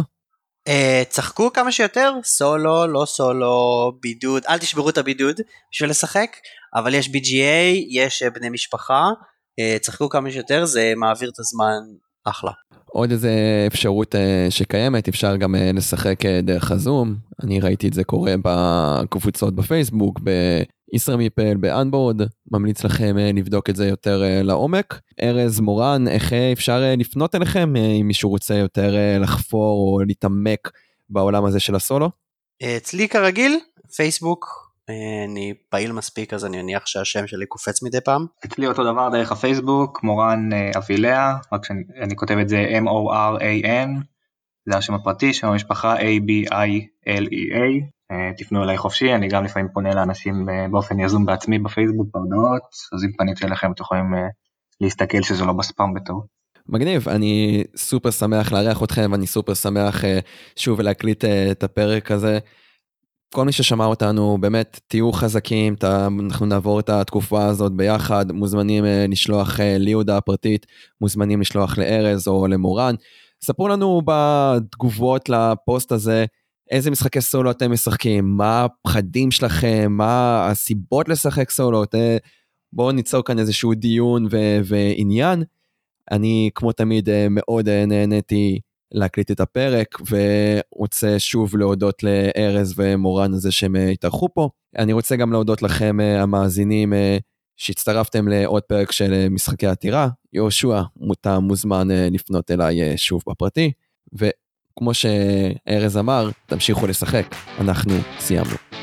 צחקו כמה שיותר, סולו, לא סולו, בידוד, אל תשברו את הבידוד בשביל לשחק, אבל יש BGA, יש בני משפחה, צחקו כמה שיותר, זה מעביר את הזמן אחלה. עוד איזה אפשרות שקיימת, אפשר גם לשחק דרך הזום, אני ראיתי את זה קורה בקבוצות בפייסבוק, בישראמיפל, באנבורד, ממליץ לכם לבדוק את זה יותר לעומק. ארז, מורן, איך אפשר לפנות אליכם אם מישהו רוצה יותר לחפור או להתעמק בעולם הזה של הסולו? אצלי כרגיל, פייסבוק, אני פעיל מספיק אז אני מניח שהשם שלי קופץ מדי פעם. אצלי אותו דבר דרך הפייסבוק, מורן אביליה, רק שאני כותב את זה M-O-R-A-N, זה השם הפרטי, שם המשפחה A-B-I-L-E-A, תפנו אליי חופשי, אני גם לפעמים פונה לאנשים באופן יזום בעצמי בפייסבוק בהודעות, אז אם פניתי אליכם אתם יכולים להסתכל שזה לא בספאם בטעות. מגניב, אני סופר שמח לארח אתכם, אני סופר שמח שוב להקליט את הפרק הזה. כל מי ששמע אותנו, באמת תהיו חזקים, אנחנו נעבור את התקופה הזאת ביחד, מוזמנים לשלוח לי הודעה פרטית, מוזמנים לשלוח לארז או למורן. ספרו לנו בתגובות לפוסט הזה, איזה משחקי סולו אתם משחקים, מה הפחדים שלכם, מה הסיבות לשחק סולו, בואו ניצור כאן איזשהו דיון ועניין. אני כמו תמיד מאוד נהניתי להקליט את הפרק, ורוצה שוב להודות לארז ומורן הזה שהם התארחו פה. אני רוצה גם להודות לכם המאזינים שהצטרפתם לעוד פרק של משחקי עתירה. יהושע, אתה מוזמן לפנות אליי שוב בפרטי, וכמו שארז אמר, תמשיכו לשחק, אנחנו סיימנו.